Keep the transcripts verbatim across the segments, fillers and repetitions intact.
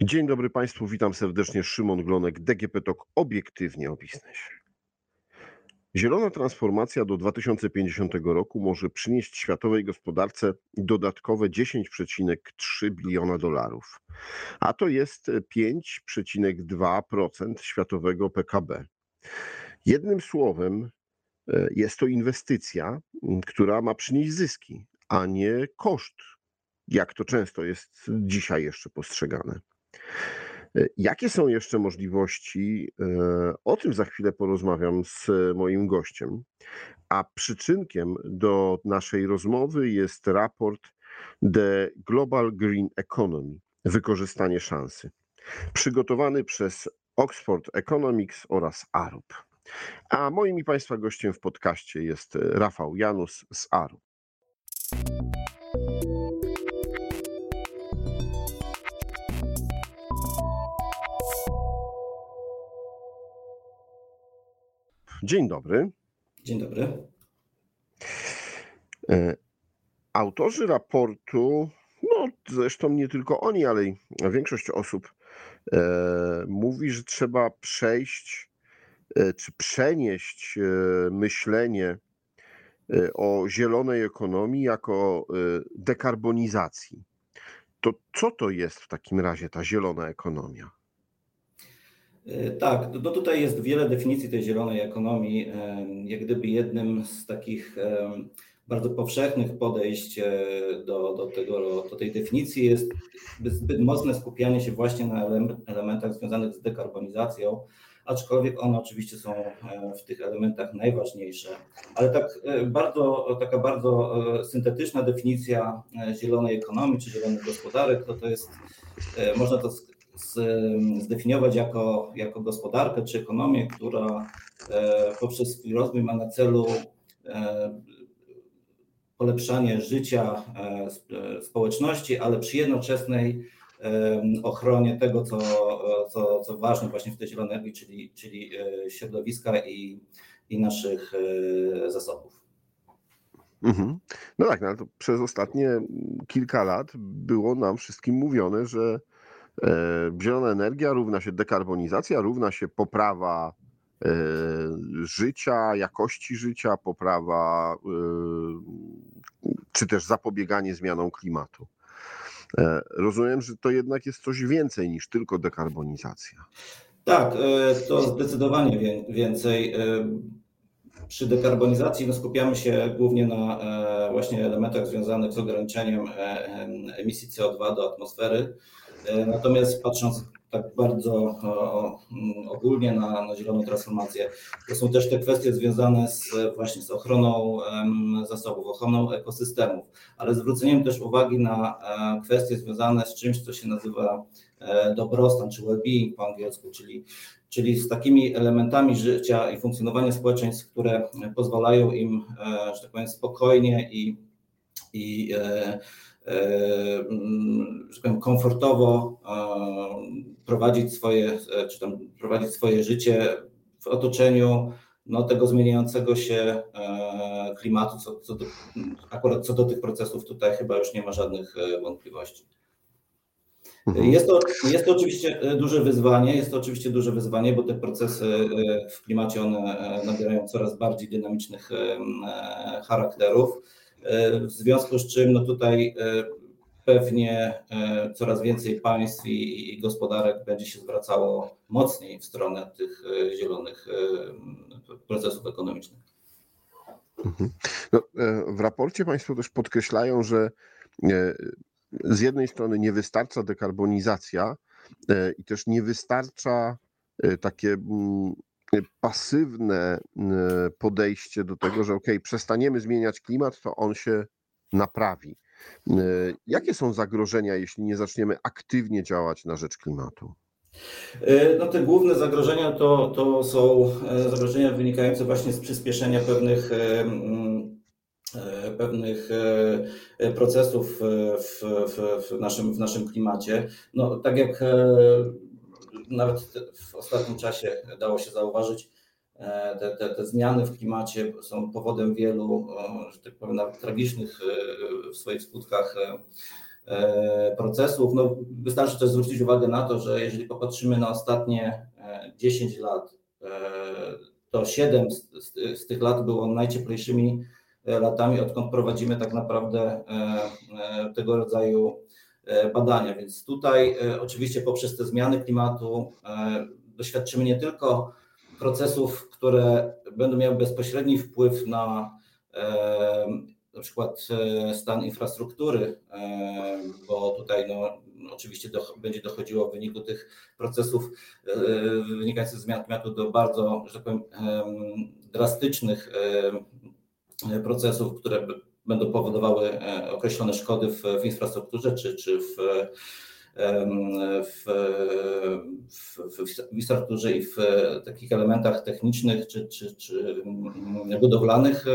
Dzień dobry Państwu, witam serdecznie. Szymon Glonek, D G P Talk, obiektywnie o biznesie. Zielona transformacja do dwa tysiące pięćdziesiątego roku może przynieść światowej gospodarce dodatkowe dziesięć przecinek trzy biliona dolarów, a to jest pięć przecinek dwa procent światowego P K B. Jednym słowem, jest to inwestycja, która ma przynieść zyski, a nie koszt, jak to często jest dzisiaj jeszcze postrzegane. Jakie są jeszcze możliwości? O tym za chwilę porozmawiam z moim gościem. A przyczynkiem do naszej rozmowy jest raport The Global Green Economy – Wykorzystanie szansy, przygotowany przez Oxford Economics oraz Arup. A moim i Państwa gościem w podcaście jest Rafał Janus z Arup. Dzień dobry. Dzień dobry. Autorzy raportu, no zresztą nie tylko oni, ale i większość osób e, mówi, że trzeba przejść e, czy przenieść e, myślenie e, o zielonej ekonomii jako e, dekarbonizacji. To co to jest w takim razie ta zielona ekonomia? Tak, no tutaj jest wiele definicji tej zielonej ekonomii. Jak gdyby jednym z takich bardzo powszechnych podejść do, do, tego, do tej definicji jest zbyt mocne skupianie się właśnie na elementach związanych z dekarbonizacją, aczkolwiek one oczywiście są w tych elementach najważniejsze. Ale tak bardzo, taka bardzo syntetyczna definicja zielonej ekonomii czy zielonych gospodarek, to to jest, można to zdefiniować jako, jako gospodarkę czy ekonomię, która poprzez swój rozwój ma na celu polepszanie życia społeczności, ale przy jednoczesnej ochronie tego, co, co, co ważne właśnie w tej zielonej energii, czyli, czyli środowiska i, i naszych zasobów. Mhm. No tak, no to przez ostatnie kilka lat było nam wszystkim mówione, że zielona energia równa się dekarbonizacja, równa się poprawa życia, jakości życia, poprawa czy też zapobieganie zmianom klimatu. Rozumiem, że to jednak jest coś więcej niż tylko dekarbonizacja. Tak, to zdecydowanie więcej. Przy dekarbonizacji no skupiamy się głównie na właśnie elementach związanych z ograniczeniem emisji C O dwa do atmosfery. Natomiast patrząc tak bardzo ogólnie na, na zieloną transformację, to są też te kwestie związane z właśnie z ochroną zasobów, ochroną ekosystemów, ale zwróceniem też uwagi na kwestie związane z czymś, co się nazywa dobrostan czy well-being po angielsku, czyli, czyli z takimi elementami życia i funkcjonowania społeczeństw, które pozwalają im, że tak powiem, spokojnie i, i że powiem, komfortowo prowadzić swoje, czy tam prowadzić swoje życie w otoczeniu no, tego zmieniającego się klimatu, co, co do, akurat co do tych procesów tutaj chyba już nie ma żadnych wątpliwości. Mhm. Jest to, jest to oczywiście duże wyzwanie, jest to oczywiście duże wyzwanie, bo te procesy w klimacie one nabierają coraz bardziej dynamicznych charakterów. W związku z czym no tutaj pewnie coraz więcej państw i gospodarek będzie się zwracało mocniej w stronę tych zielonych procesów ekonomicznych. No, w raporcie Państwo też podkreślają, że z jednej strony nie wystarcza dekarbonizacja i też nie wystarcza takie pasywne podejście do tego, że ok, przestaniemy zmieniać klimat, to on się naprawi. Jakie są zagrożenia, jeśli nie zaczniemy aktywnie działać na rzecz klimatu? No te główne zagrożenia to, to są zagrożenia wynikające właśnie z przyspieszenia pewnych, pewnych procesów w, w, w, naszym, w naszym klimacie. No, tak jak nawet w ostatnim czasie dało się zauważyć, Te, te, te zmiany w klimacie są powodem wielu, że tak powiem, nawet tragicznych w swoich skutkach procesów. No, wystarczy też zwrócić uwagę na to, że jeżeli popatrzymy na ostatnie dziesięć lat, to siedem z, z, z tych lat było najcieplejszymi latami, odkąd prowadzimy tak naprawdę tego rodzaju badania. Więc tutaj oczywiście poprzez te zmiany klimatu doświadczymy nie tylko procesów, które będą miały bezpośredni wpływ na na przykład stan infrastruktury, bo tutaj no, oczywiście do, będzie dochodziło w wyniku tych procesów wynikających z zmian klimatu do bardzo, że tak powiem, drastycznych procesów, które będą powodowały określone szkody w, w infrastrukturze czy, czy w, w, w, w infrastrukturze i w takich elementach technicznych czy, czy, czy budowlanych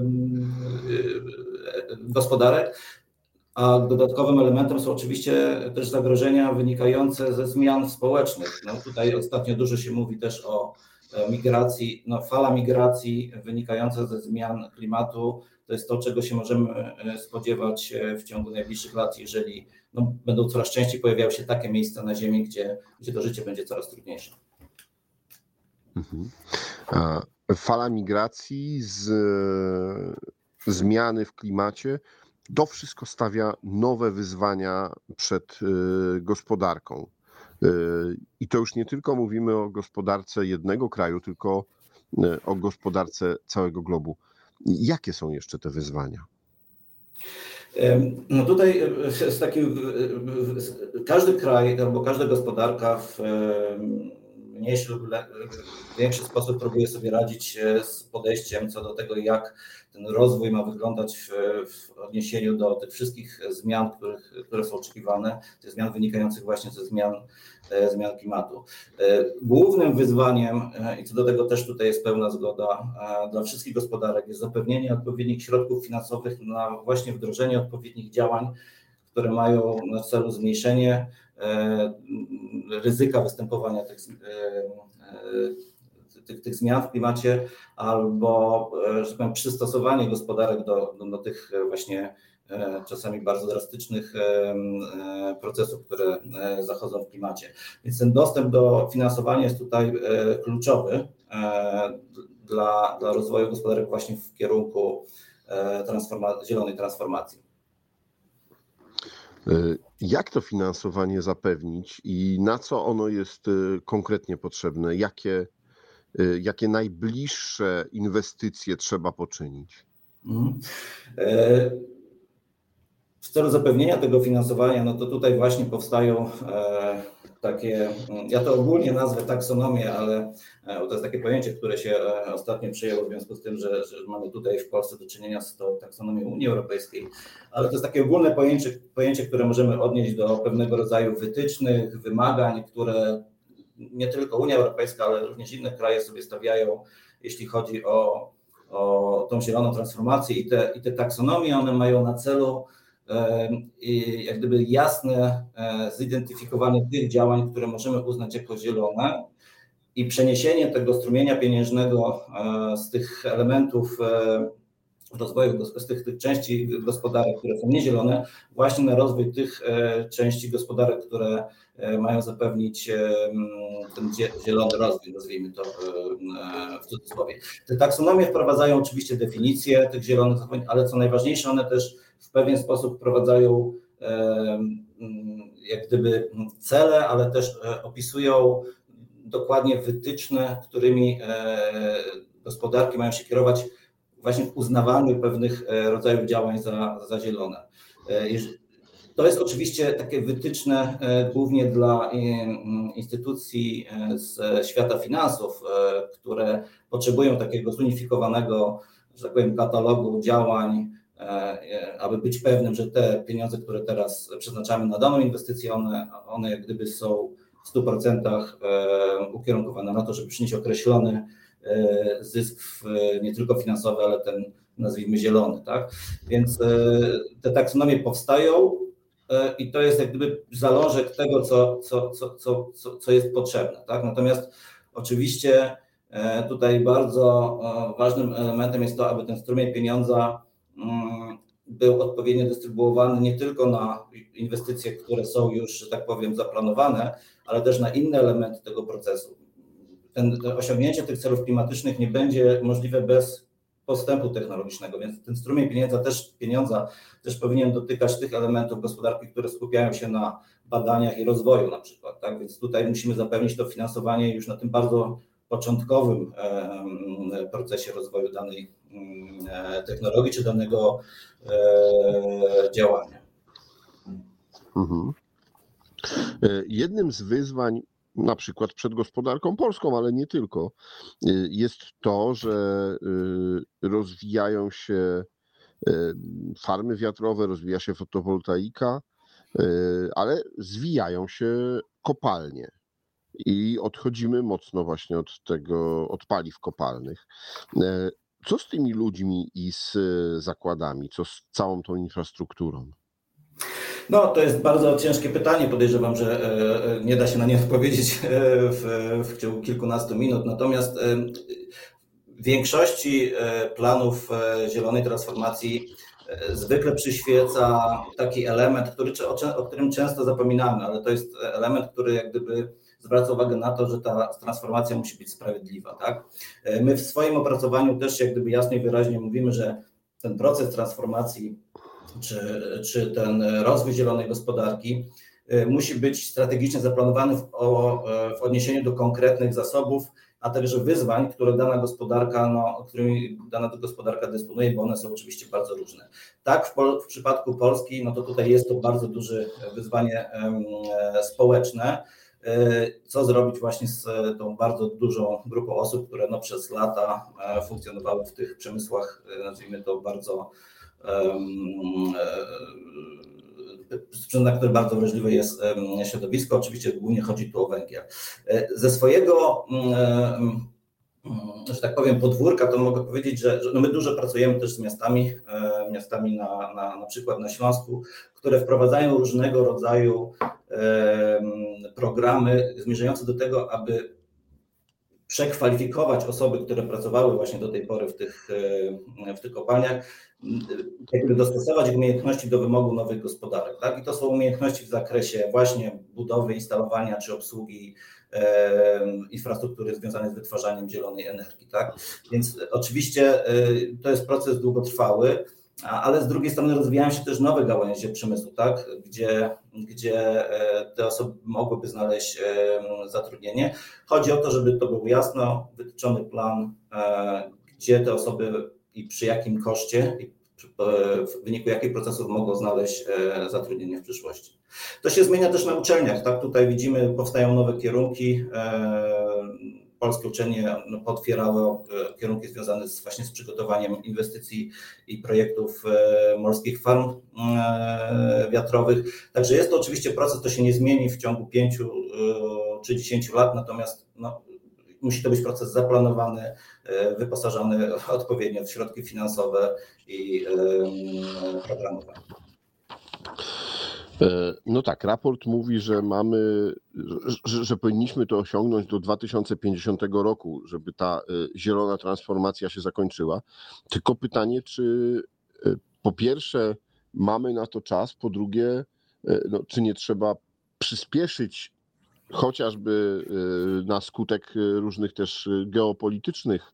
gospodarek. A dodatkowym elementem są oczywiście też zagrożenia wynikające ze zmian społecznych. No tutaj ostatnio dużo się mówi też o migracji. No fala migracji wynikająca ze zmian klimatu to jest to, czego się możemy spodziewać w ciągu najbliższych lat, jeżeli no, będą coraz częściej pojawiały się takie miejsca na Ziemi, gdzie, gdzie to życie będzie coraz trudniejsze. Mhm. Fala migracji, z, zmiany w klimacie, to wszystko stawia nowe wyzwania przed gospodarką. I to już nie tylko mówimy o gospodarce jednego kraju, tylko o gospodarce całego globu. Jakie są jeszcze te wyzwania? No tutaj z takim, każdy kraj albo każda gospodarka w mniejszy lub większy sposób próbuje sobie radzić z podejściem co do tego, jak ten rozwój ma wyglądać w, w odniesieniu do tych wszystkich zmian, których, które są oczekiwane, tych zmian wynikających właśnie ze zmian, zmian klimatu. Głównym wyzwaniem, i co do tego też tutaj jest pełna zgoda, dla wszystkich gospodarek jest zapewnienie odpowiednich środków finansowych na właśnie wdrożenie odpowiednich działań, które mają na celu zmniejszenie ryzyka występowania tych, tych, tych zmian w klimacie albo, że tak powiem, przystosowanie gospodarek do, do, do tych właśnie czasami bardzo drastycznych procesów, które zachodzą w klimacie. Więc ten dostęp do finansowania jest tutaj kluczowy dla, dla rozwoju gospodarek właśnie w kierunku transforma- zielonej transformacji. Jak to finansowanie zapewnić i na co ono jest konkretnie potrzebne? Jakie, jakie najbliższe inwestycje trzeba poczynić? Mhm. W celu zapewnienia tego finansowania, no to tutaj właśnie powstają takie, ja to ogólnie nazwę taksonomię, ale to jest takie pojęcie, które się ostatnio przyjęło w związku z tym, że, że mamy tutaj w Polsce do czynienia z tą taksonomią Unii Europejskiej, ale to jest takie ogólne pojęcie, pojęcie, które możemy odnieść do pewnego rodzaju wytycznych, wymagań, które nie tylko Unia Europejska, ale również inne kraje sobie stawiają, jeśli chodzi o, o tą zieloną transformację i te, i te taksonomie, one mają na celu i jak gdyby jasne zidentyfikowanie tych działań, które możemy uznać jako zielone i przeniesienie tego strumienia pieniężnego z tych elementów rozwoju, z tych, tych części gospodarek, które są niezielone, właśnie na rozwój tych części gospodarek, które mają zapewnić ten zielony rozwój, nazwijmy to w cudzysłowie. Te taksonomie wprowadzają oczywiście definicje tych zielonych zachowań, ale co najważniejsze, one też w pewien sposób wprowadzają jak gdyby cele, ale też opisują dokładnie wytyczne, którymi gospodarki mają się kierować właśnie w uznawaniu pewnych rodzajów działań za, za zielone. To jest oczywiście takie wytyczne głównie dla instytucji z świata finansów, które potrzebują takiego zunifikowanego, że tak powiem, katalogu działań, aby być pewnym, że te pieniądze, które teraz przeznaczamy na daną inwestycję, one, one jak gdyby są w stu procentach ukierunkowane na to, żeby przynieść określony zysk nie tylko finansowy, ale ten, nazwijmy, zielony, tak? Więc te taksonomie powstają i to jest jak gdyby zalążek tego, co, co, co, co, co jest potrzebne, tak? Natomiast oczywiście tutaj bardzo ważnym elementem jest to, aby ten strumień pieniądza był odpowiednio dystrybuowany nie tylko na inwestycje, które są już, że tak powiem, zaplanowane, ale też na inne elementy tego procesu. Ten, to osiągnięcie tych celów klimatycznych nie będzie możliwe bez postępu technologicznego, więc ten strumień pieniądza też, pieniądza też powinien dotykać tych elementów gospodarki, które skupiają się na badaniach i rozwoju na przykład. Tak? Więc tutaj musimy zapewnić to finansowanie już na tym bardzo początkowym procesie rozwoju danej technologii czy danego działania. Mhm. Jednym z wyzwań, na przykład przed gospodarką polską, ale nie tylko, jest to, że rozwijają się farmy wiatrowe, rozwija się fotowoltaika, ale zwijają się kopalnie i odchodzimy mocno właśnie od tego, od paliw kopalnych. Co z tymi ludźmi i z zakładami, co z całą tą infrastrukturą? No, to jest bardzo ciężkie pytanie. Podejrzewam, że nie da się na nie odpowiedzieć w, w ciągu kilkunastu minut. Natomiast w większości planów zielonej transformacji zwykle przyświeca taki element, który, o, o którym często zapominamy, ale to jest element, który jak gdyby zwraca uwagę na to, że ta transformacja musi być sprawiedliwa. Tak? My w swoim opracowaniu też jak gdyby jasno i wyraźnie mówimy, że ten proces transformacji czy, czy ten rozwój zielonej gospodarki musi być strategicznie zaplanowany w, o, w odniesieniu do konkretnych zasobów, a także wyzwań, które dana gospodarka, no, którymi dana gospodarka dysponuje, bo one są oczywiście bardzo różne. Tak, w, Pol- w przypadku Polski, no to tutaj jest to bardzo duże wyzwanie um, społeczne. Co zrobić właśnie z tą bardzo dużą grupą osób, które no, przez lata funkcjonowały w tych przemysłach, nazwijmy to bardzo na które bardzo wrażliwe jest środowisko. Oczywiście głównie chodzi tu o węgiel. Ze swojego, że tak powiem, podwórka to mogę powiedzieć, że, że no my dużo pracujemy też z miastami, miastami na, na, na przykład na Śląsku, które wprowadzają różnego rodzaju programy zmierzające do tego, aby przekwalifikować osoby, które pracowały właśnie do tej pory w tych, w tych kopalniach, jakby dostosować ich umiejętności do wymogu nowych gospodarek. Tak? I to są umiejętności w zakresie właśnie budowy, instalowania czy obsługi e, infrastruktury związanej z wytwarzaniem zielonej energii. Tak? Więc oczywiście e, to jest proces długotrwały, ale z drugiej strony rozwijają się też nowe gałęzie przemysłu, tak? gdzie, gdzie te osoby mogłyby znaleźć zatrudnienie. Chodzi o to, żeby to był jasno wytyczony plan, gdzie te osoby i przy jakim koszcie i w wyniku jakich procesów mogą znaleźć zatrudnienie w przyszłości. To się zmienia też na uczelniach. Tak? Tutaj widzimy, powstają nowe kierunki. Polskie uczelnie no, potwierały kierunki związane z, właśnie z przygotowaniem inwestycji i projektów e, morskich farm e, wiatrowych. Także jest to oczywiście proces, to się nie zmieni w ciągu pięciu e, czy dziesięciu lat, natomiast no, musi to być proces zaplanowany, e, wyposażony odpowiednio w środki finansowe i e, programowe. No tak, raport mówi, że mamy, że, że powinniśmy to osiągnąć do dwa tysiące pięćdziesiątego roku, żeby ta zielona transformacja się zakończyła. Tylko pytanie, czy po pierwsze mamy na to czas, po drugie, no, czy nie trzeba przyspieszyć chociażby na skutek różnych też geopolitycznych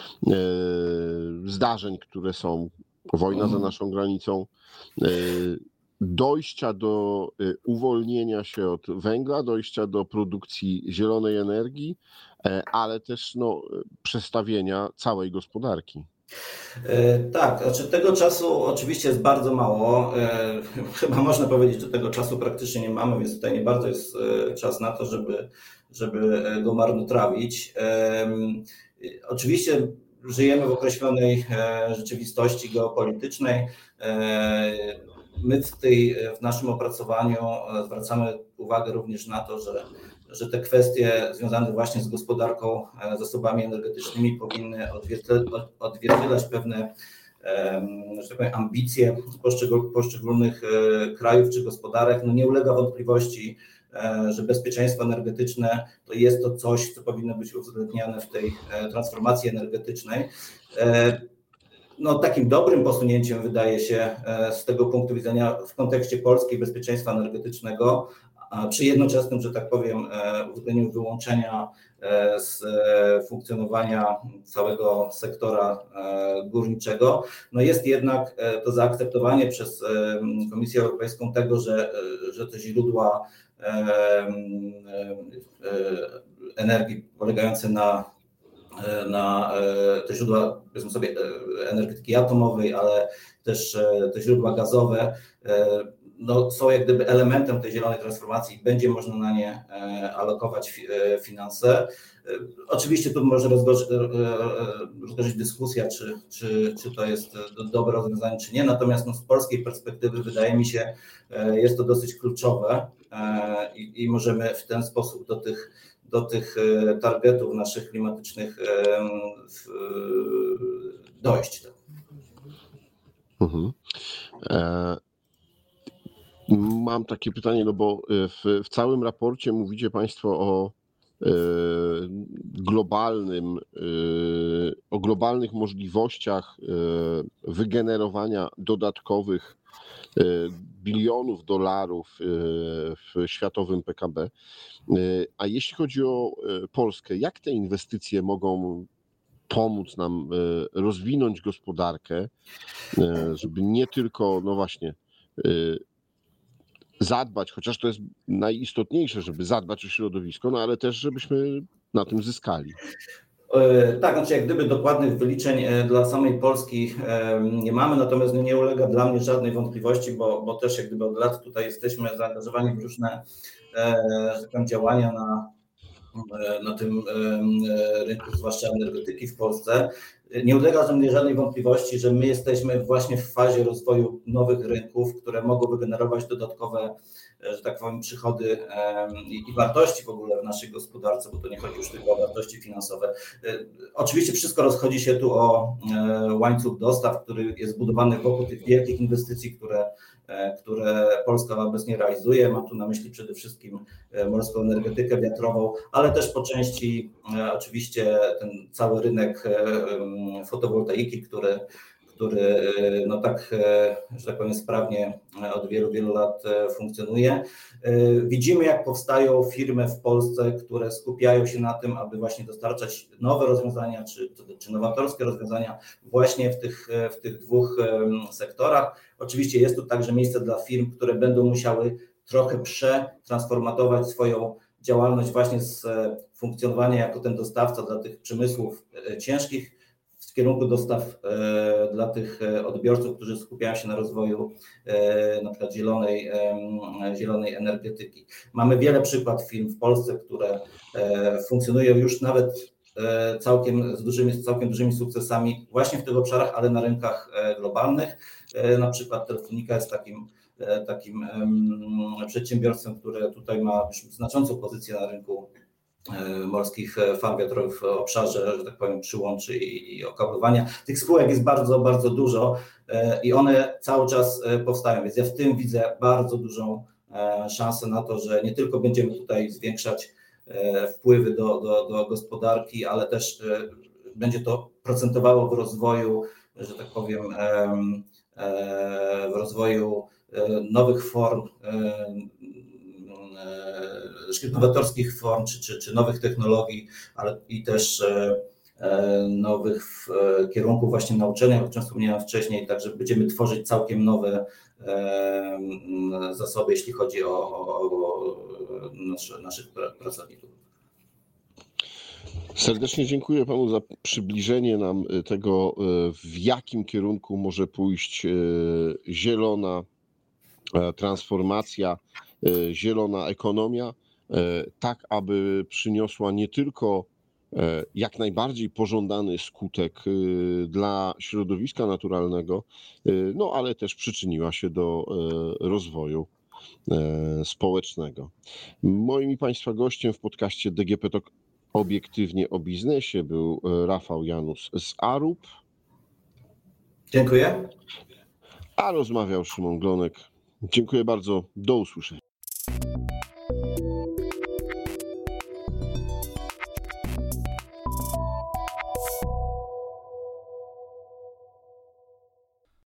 zdarzeń, które są, wojna za naszą granicą, dojścia do uwolnienia się od węgla, dojścia do produkcji zielonej energii, ale też no, przestawienia całej gospodarki. Tak, znaczy tego czasu oczywiście jest bardzo mało. Chyba można powiedzieć, że tego czasu praktycznie nie mamy, więc tutaj nie bardzo jest czas na to, żeby, żeby go marnotrawić. Oczywiście żyjemy w określonej rzeczywistości geopolitycznej. My w, tej, w naszym opracowaniu zwracamy uwagę również na to, że, że te kwestie związane właśnie z gospodarką, zasobami energetycznymi powinny odzwierciedlać pewne, że tak powiem, ambicje poszczególnych krajów czy gospodarek. No nie ulega wątpliwości, że bezpieczeństwo energetyczne to jest to coś, co powinno być uwzględniane w tej transformacji energetycznej. no, takim dobrym posunięciem wydaje się z tego punktu widzenia w kontekście Polski i bezpieczeństwa energetycznego, przy jednoczesnym, że tak powiem, uwzględnieniu wyłączenia z funkcjonowania całego sektora górniczego, no jest jednak to zaakceptowanie przez Komisję Europejską tego, że, że te źródła energii polegające na, na te źródła, powiedzmy sobie, energetyki atomowej, ale też te źródła gazowe, no, są jak gdyby elementem tej zielonej transformacji i będzie można na nie alokować finanse. Oczywiście tu może rozgorzyć, rozgorzyć dyskusja, czy, czy, czy to jest dobre rozwiązanie, czy nie, natomiast no, z polskiej perspektywy wydaje mi się, jest to dosyć kluczowe i, i możemy w ten sposób do tych, do tych targetów naszych klimatycznych dojść. Mhm. E Mam takie pytanie, no bo w, w całym raporcie mówicie Państwo o e, globalnym, e, o globalnych możliwościach e, wygenerowania dodatkowych e, bilionów dolarów e, w światowym P K B. E, a jeśli chodzi o e, Polskę, jak te inwestycje mogą pomóc nam e, rozwinąć gospodarkę, e, żeby nie tylko, no właśnie, e, zadbać, chociaż to jest najistotniejsze, żeby zadbać o środowisko, no ale też, żebyśmy na tym zyskali. Tak, znaczy jak gdyby dokładnych wyliczeń dla samej Polski nie mamy, natomiast nie ulega dla mnie żadnej wątpliwości, bo, bo też jak gdyby od lat tutaj jesteśmy zaangażowani w różne działania na, na tym rynku, zwłaszcza energetyki w Polsce. Nie ulega żadnej, żadnej wątpliwości, że my jesteśmy właśnie w fazie rozwoju nowych rynków, które mogą wygenerować dodatkowe, że tak powiem, przychody i wartości w ogóle w naszej gospodarce, bo to nie chodzi już tylko o wartości finansowe. Oczywiście wszystko rozchodzi się tu o łańcuch dostaw, który jest zbudowany wokół tych wielkich inwestycji, które, które Polska obecnie realizuje. Mam tu na myśli przede wszystkim morską energetykę wiatrową, ale też po części oczywiście ten cały rynek fotowoltaiki, który, który no tak, że tak powiem, sprawnie od wielu, wielu lat funkcjonuje. Widzimy, jak powstają firmy w Polsce, które skupiają się na tym, aby właśnie dostarczać nowe rozwiązania, czy, czy nowatorskie rozwiązania właśnie w tych, w tych dwóch sektorach. Oczywiście jest tu także miejsce dla firm, które będą musiały trochę przetransformatować swoją działalność właśnie z funkcjonowania jako ten dostawca dla tych przemysłów ciężkich w kierunku dostaw dla tych odbiorców, którzy skupiają się na rozwoju na przykład zielonej, zielonej energetyki. Mamy wiele przykładów firm w Polsce, które funkcjonują już nawet całkiem z dużymi, całkiem dużymi sukcesami właśnie w tych obszarach, ale na rynkach globalnych. Na przykład Telefonica jest takim takim przedsiębiorstwem, które tutaj ma już znaczącą pozycję na rynku morskich farm wiatrowych w obszarze, że tak powiem, przyłączy i, i okablowania. Tych spółek jest bardzo, bardzo dużo i one cały czas powstają, więc ja w tym widzę bardzo dużą szansę na to, że nie tylko będziemy tutaj zwiększać wpływy do, do, do gospodarki, ale też będzie to procentowało w rozwoju, że tak powiem, w rozwoju nowych form, nowatorskich form, czy, czy, czy nowych technologii, ale i też nowych kierunków właśnie nauczenia, jak często wspomniałem wcześniej, także będziemy tworzyć całkiem nowe zasoby, jeśli chodzi o, o, o nasze, naszych pracowników. Serdecznie dziękuję Panu za przybliżenie nam tego, w jakim kierunku może pójść zielona transformacja, zielona ekonomia, tak aby przyniosła nie tylko jak najbardziej pożądany skutek dla środowiska naturalnego, no ale też przyczyniła się do rozwoju społecznego. Moim i Państwa gościem w podcaście D G P Talk Obiektywnie o biznesie był Rafał Janus z Arup. Dziękuję. A rozmawiał Szymon Glonek. Dziękuję bardzo. Do usłyszenia.